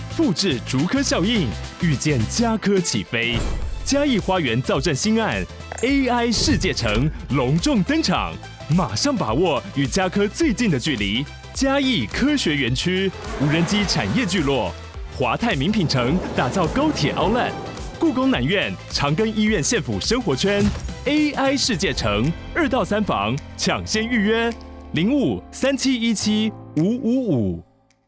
复制竹科效应，预见家科起飞。嘉义花园造镇新案 AI 世界城隆重登场，马上把握与家科最近的距离。嘉义科学园区无人机产业聚落，华泰名品城打造高铁 Outlet， 故宫南院长庚医院县府生活圈 AI 世界城2到3房抢先预约0537175555。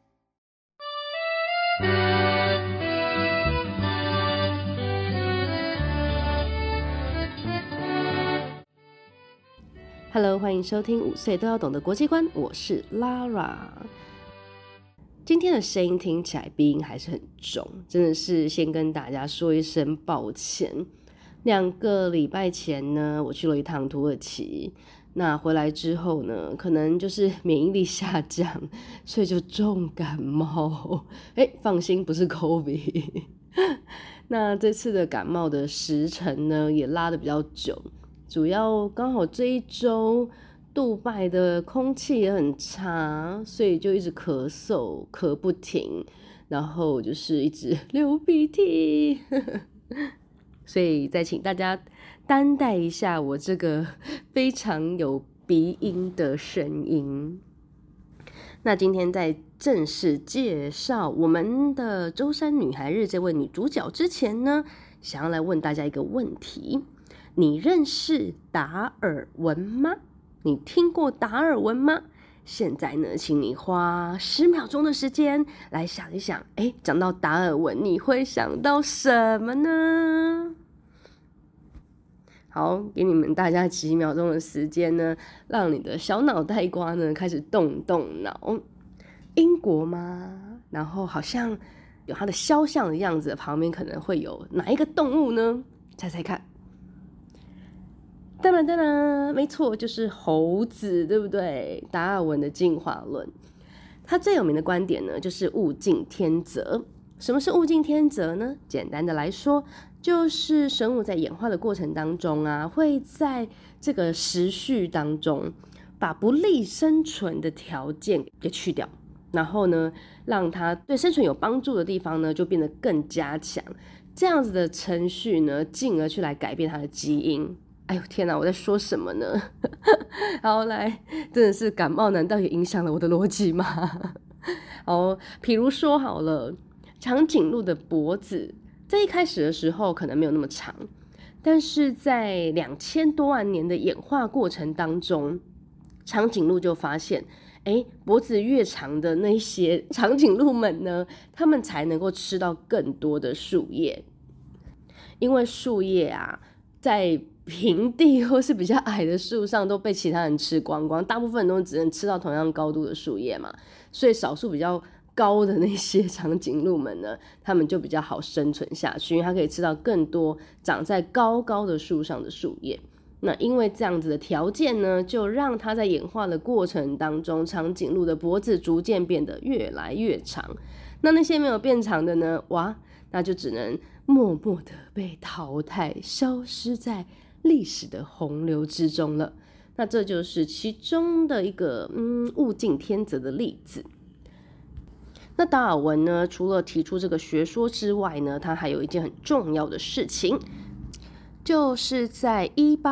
Hello， 欢迎收听5岁都要懂的国际观，我是 Lara。今天的声音听起来鼻音还是很重，真的是先跟大家说一声抱歉。2个礼拜前呢，我去了一趟土耳其，那回来之后呢，可能就是免疫力下降，所以就重感冒。放心，不是 COVID。那这次的感冒的时程呢，也拉得比较久。主要刚好这一周杜拜的空气也很差，所以就一直咳嗽咳不停，然后就是一直流鼻涕所以再请大家担待一下我这个非常有鼻音的声音。那今天在正式介绍我们的舟山女孩日这位女主角之前呢，想要来问大家一个问题：你认识达尔文吗？你听过达尔文吗？现在呢，请你花10秒钟的时间来想一想，讲到达尔文，你会想到什么呢？好，给你们大家几秒钟的时间呢，让你的小脑袋瓜呢开始动动脑。英国吗？然后好像有它的肖像的样子，旁边可能会有哪一个动物呢？猜猜看。当然，没错，就是猴子，对不对？达尔文的进化论，他最有名的观点呢，就是物竞天择。什么是物竞天择呢？简单的来说，就是生物在演化的过程当中啊，会在这个时序当中，把不利生存的条件给去掉，然后呢，让它对生存有帮助的地方呢，就变得更加强。这样子的程序呢，进而去来改变它的基因。哎呦天哪，我在说什么呢？好，来，真的是感冒，难道也影响了我的逻辑吗？好，比如说好了，长颈鹿的脖子在一开始的时候可能没有那么长，但是在2000多万年的演化过程当中，长颈鹿就发现，脖子越长的那些长颈鹿们呢，它们才能够吃到更多的树叶，因为树叶啊，在平地或是比较矮的树上都被其他人吃光光，大部分都只能吃到同样高度的树叶嘛，所以少数比较高的那些长颈鹿们呢，它们就比较好生存下去，因为它可以吃到更多长在高高的树上的树叶。那因为这样子的条件呢，就让它在演化的过程当中，长颈鹿的脖子逐渐变得越来越长。那些没有变长的呢，哇，那就只能默默的被淘汰，消失在历史的洪流之中了。那这就是其中的一个物竞天择的例子。那达尔文呢，除了提出这个学说之外呢，他还有一件很重要的事情，就是在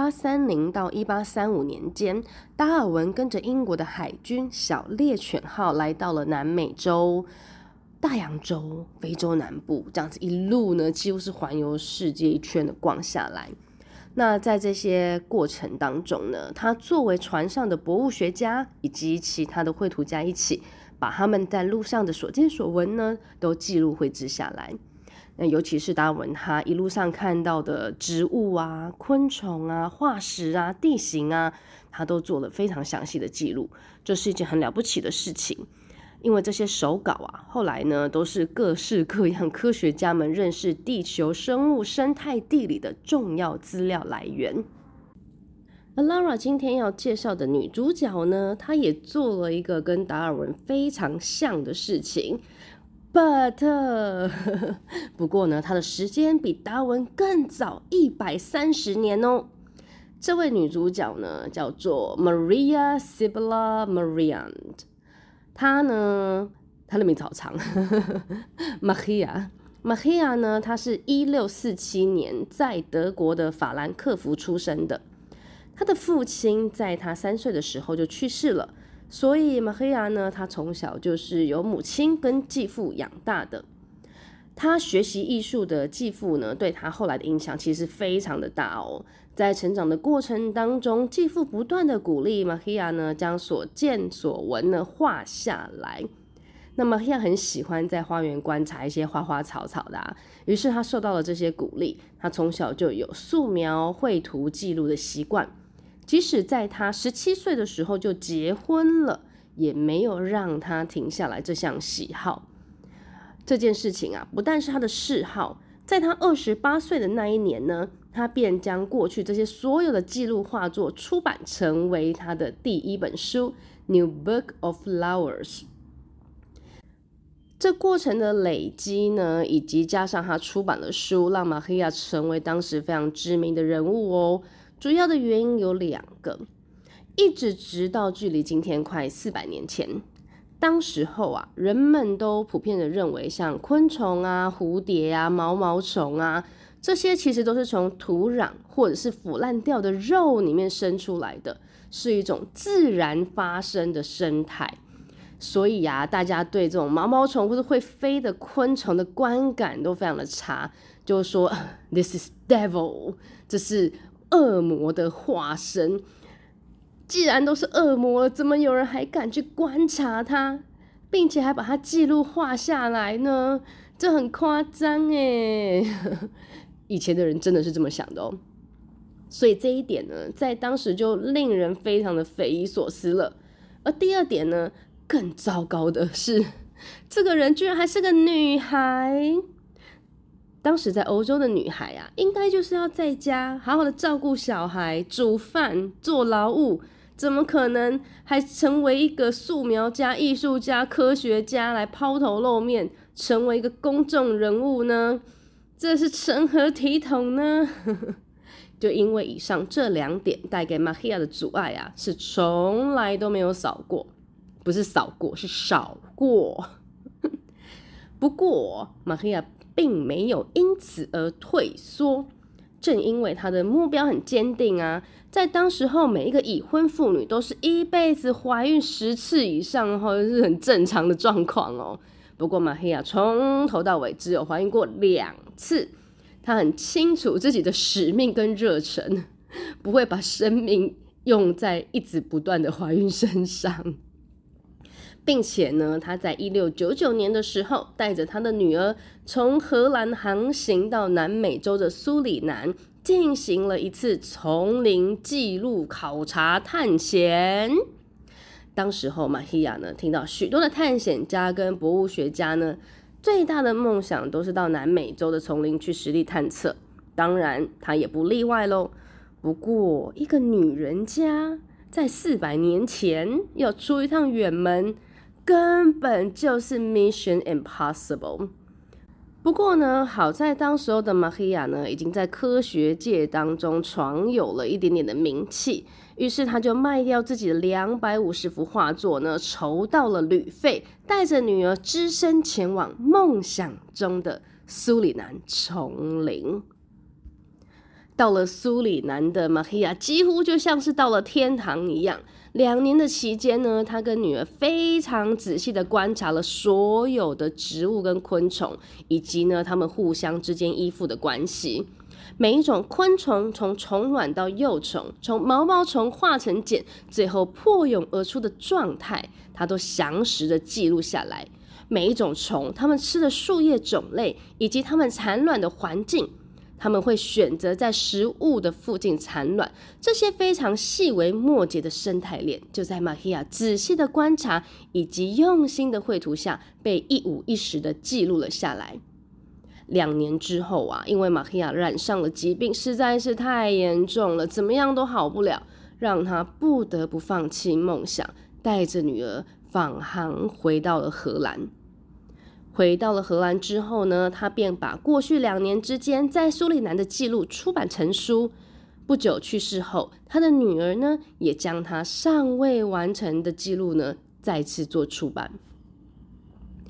1830到1835年间，达尔文跟着英国的海军小猎犬号来到了南美洲、大洋洲、非洲南部，这样子一路呢，几乎是环游世界一圈的逛下来。那在这些过程当中呢，他作为船上的博物学家以及其他的绘图家一起，把他们在路上的所见所闻呢，都记录绘制下来。那尤其是达尔文他一路上看到的植物啊、昆虫啊、化石啊、地形啊，他都做了非常详细的记录，这是一件很了不起的事情。因为这些手稿啊，后来呢都是各式各样科学家们认识地球生物生态地理的重要资料来源。而 Lara 今天要介绍的女主角呢，她也做了一个跟达尔文非常像的事情， 不过呢，她的时间比达尔文更早130年哦。这位女主角呢叫做 Maria Sibylla Merian， 她他的名字好长Maria 呢，他是1647年在德国的法兰克福出生的。他的父亲在他3岁的时候就去世了，所以 Maria 呢，他从小就是由母亲跟继父养大的。他学习艺术的继父呢，对他后来的影响其实非常的大哦。在成长的过程当中，继父不断的鼓励 Maria 呢，将所见所闻呢画下来。那么 Maria 很喜欢在花园观察一些花花草草的于是他受到了这些鼓励，他从小就有素描、绘图、记录的习惯。即使在他17岁的时候就结婚了，也没有让他停下来这项喜好。这件事情不但是他的嗜好，在他28岁的那一年呢，他便将过去这些所有的记录画作出版成为他的第1本书 New Book of Flowers。这过程的累积呢，以及加上他出版了书，让 Maria 成为当时非常知名的人物哦。主要的原因有2个，一直到距离今天快400年前，当时候人们都普遍的认为，像昆虫蝴蝶毛毛虫这些其实都是从土壤或者是腐烂掉的肉里面生出来的，是一种自然发生的生态。所以大家对这种毛毛虫或者会飞的昆虫的观感都非常的差，就说 This is devil， 这是恶魔的化身。既然都是恶魔了，怎么有人还敢去观察它，并且还把它记录画下来呢？这很夸张耶以前的人真的是这么想的哦。所以这一点呢，在当时就令人非常的匪夷所思了。而第2点呢，更糟糕的是，这个人居然还是个女孩。当时在欧洲的女孩应该就是要在家好好的照顾小孩、煮饭、做劳务，怎么可能还成为一个素描家、艺术家、科学家来抛头露面，成为一个公众人物呢？这是成何体统呢？就因为以上这2点带给 Maria 的阻碍是从来都没有少过。不是少过，是少过不过 Maria 并没有因此而退缩，正因为她的目标很坚定在当时候每一个已婚妇女都是一辈子怀孕10次以上是很正常的状况哦。不过 Maria 从头到尾只有怀孕过2次，她很清楚自己的使命跟热忱，不会把生命用在一直不断的怀孕身上。并且呢，他在1699年的时候，带着他的女儿从荷兰航行到南美洲的苏里南，进行了一次丛林记录考察探险。当时候 Maria 呢，听到许多的探险家跟博物学家呢，最大的梦想都是到南美洲的丛林去实地探测，当然他也不例外咯。不过一个女人家在400年前要出一趟远门，根本就是 Mission Impossible。 不过呢，好在当时候的 Maria 呢，已经在科学界当中闯有了一点点的名气，于是他就卖掉自己的250幅画作呢，筹到了旅费，带着女儿只身前往梦想中的苏里南丛林。到了苏里南的 Maria 几乎就像是到了天堂一样。2年的期间呢，他跟女儿非常仔细的观察了所有的植物跟昆虫，以及呢他们互相之间依附的关系。每一种昆虫从虫卵到幼虫，从毛毛虫化成茧，最后破蛹而出的状态，他都详实的记录下来。每一种虫，它们吃的树叶种类，以及它们产卵的环境，他们会选择在食物的附近产卵，这些非常细微末节的生态链，就在 Maria 仔细的观察以及用心的绘图下，被一五一十的记录了下来。2年之后因为 Maria 染上了疾病，实在是太严重了，怎么样都好不了，让她不得不放弃梦想，带着女儿返航回到了荷兰。回到了荷兰之后呢，他便把过去2年之间在苏里南的记录出版成书。不久去世后，他的女儿呢，也将他尚未完成的记录呢，再次做出版。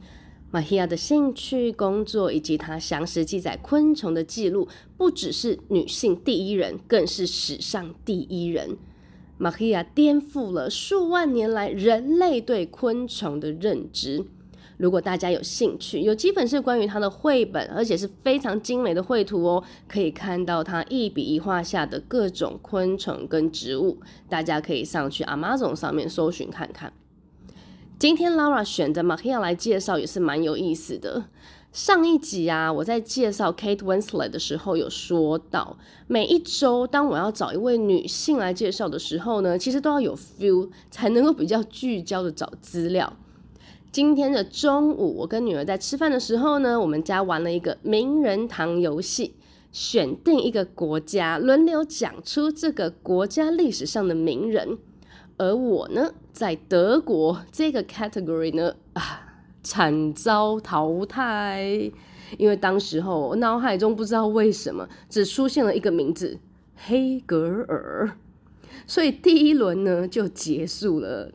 马希亚的兴趣、工作以及她详实记载昆虫的记录，不只是女性第一人，更是史上第一人。马希亚颠覆了数万年来人类对昆虫的认知。如果大家有兴趣，有几本是关于她的绘本，而且是非常精美的绘图哦，可以看到她一笔一画下的各种昆虫跟植物，大家可以上去 Amazon 上面搜寻看看。今天 Laura 选的 Mahia 来介绍也是蛮有意思的。上一集啊，我在介绍 Kate Winslet 的时候有说到，每一周当我要找一位女性来介绍的时候呢，其实都要有 feel 才能够比较聚焦的找资料。今天的中午，我跟女儿在吃饭的时候呢，我们家玩了一个名人堂游戏，选定一个国家，轮流讲出这个国家历史上的名人。而我呢，在德国这个 category 呢，惨遭淘汰，因为当时候我脑海中不知道为什么只出现了一个名字黑格尔，所以第一轮呢就结束了。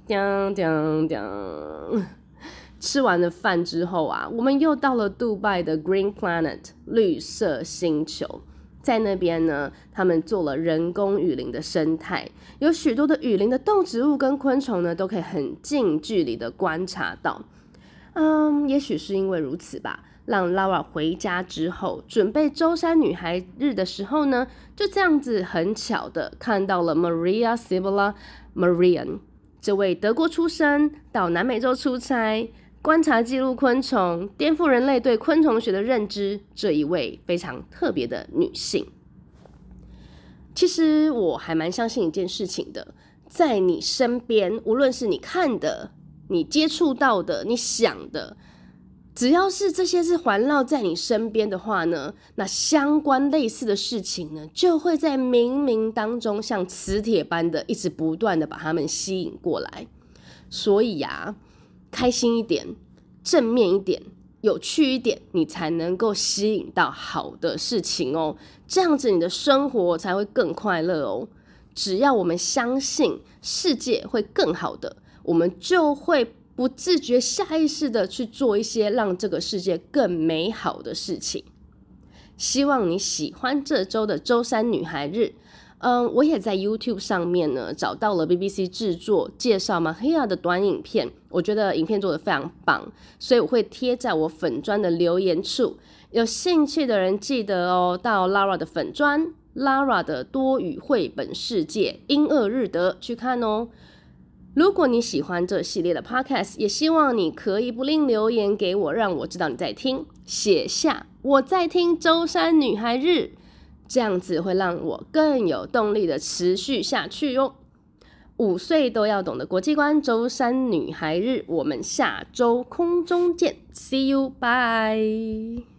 吃完了饭之后啊，我们又到了杜拜的 Green Planet 绿色星球。在那边呢，他们做了人工雨林的生态，有许多的雨林的动植物跟昆虫呢，都可以很近距离的观察到。也许是因为如此吧，让 Laura 回家之后，准备周三女孩日的时候呢，就这样子很巧的看到了 Maria Sibylla Merian 这位德国出生，到南美洲出差，观察记录昆虫，颠覆人类对昆虫学的认知，这一位非常特别的女性。其实我还蛮相信一件事情的，在你身边，无论是你看的、你接触到的、你想的，只要是这些是环绕在你身边的话呢，那相关类似的事情呢，就会在冥冥当中像磁铁般的一直不断的把它们吸引过来。所以啊，开心一点，正面一点，有趣一点，你才能够吸引到好的事情哦。这样子你的生活才会更快乐哦。只要我们相信世界会更好的，我们就会不自觉下意识的去做一些让这个世界更美好的事情。希望你喜欢这周的周三女孩日。我也在 YouTube 上面呢找到了 BBC 制作介绍 Mahia 的短影片，我觉得影片做得非常棒，所以我会贴在我粉专的留言处。有兴趣的人记得哦，到 Laura 的粉专 Laura 的多语绘本世界英俄日德去看哦。如果你喜欢这系列的 podcast， 也希望你可以不吝留言给我，让我知道你在听，写下我在听周三女孩日，这样子会让我更有动力的持续下去哦。5岁都要懂的国际观，周三女孩日，我们下周空中见 ，See you， bye。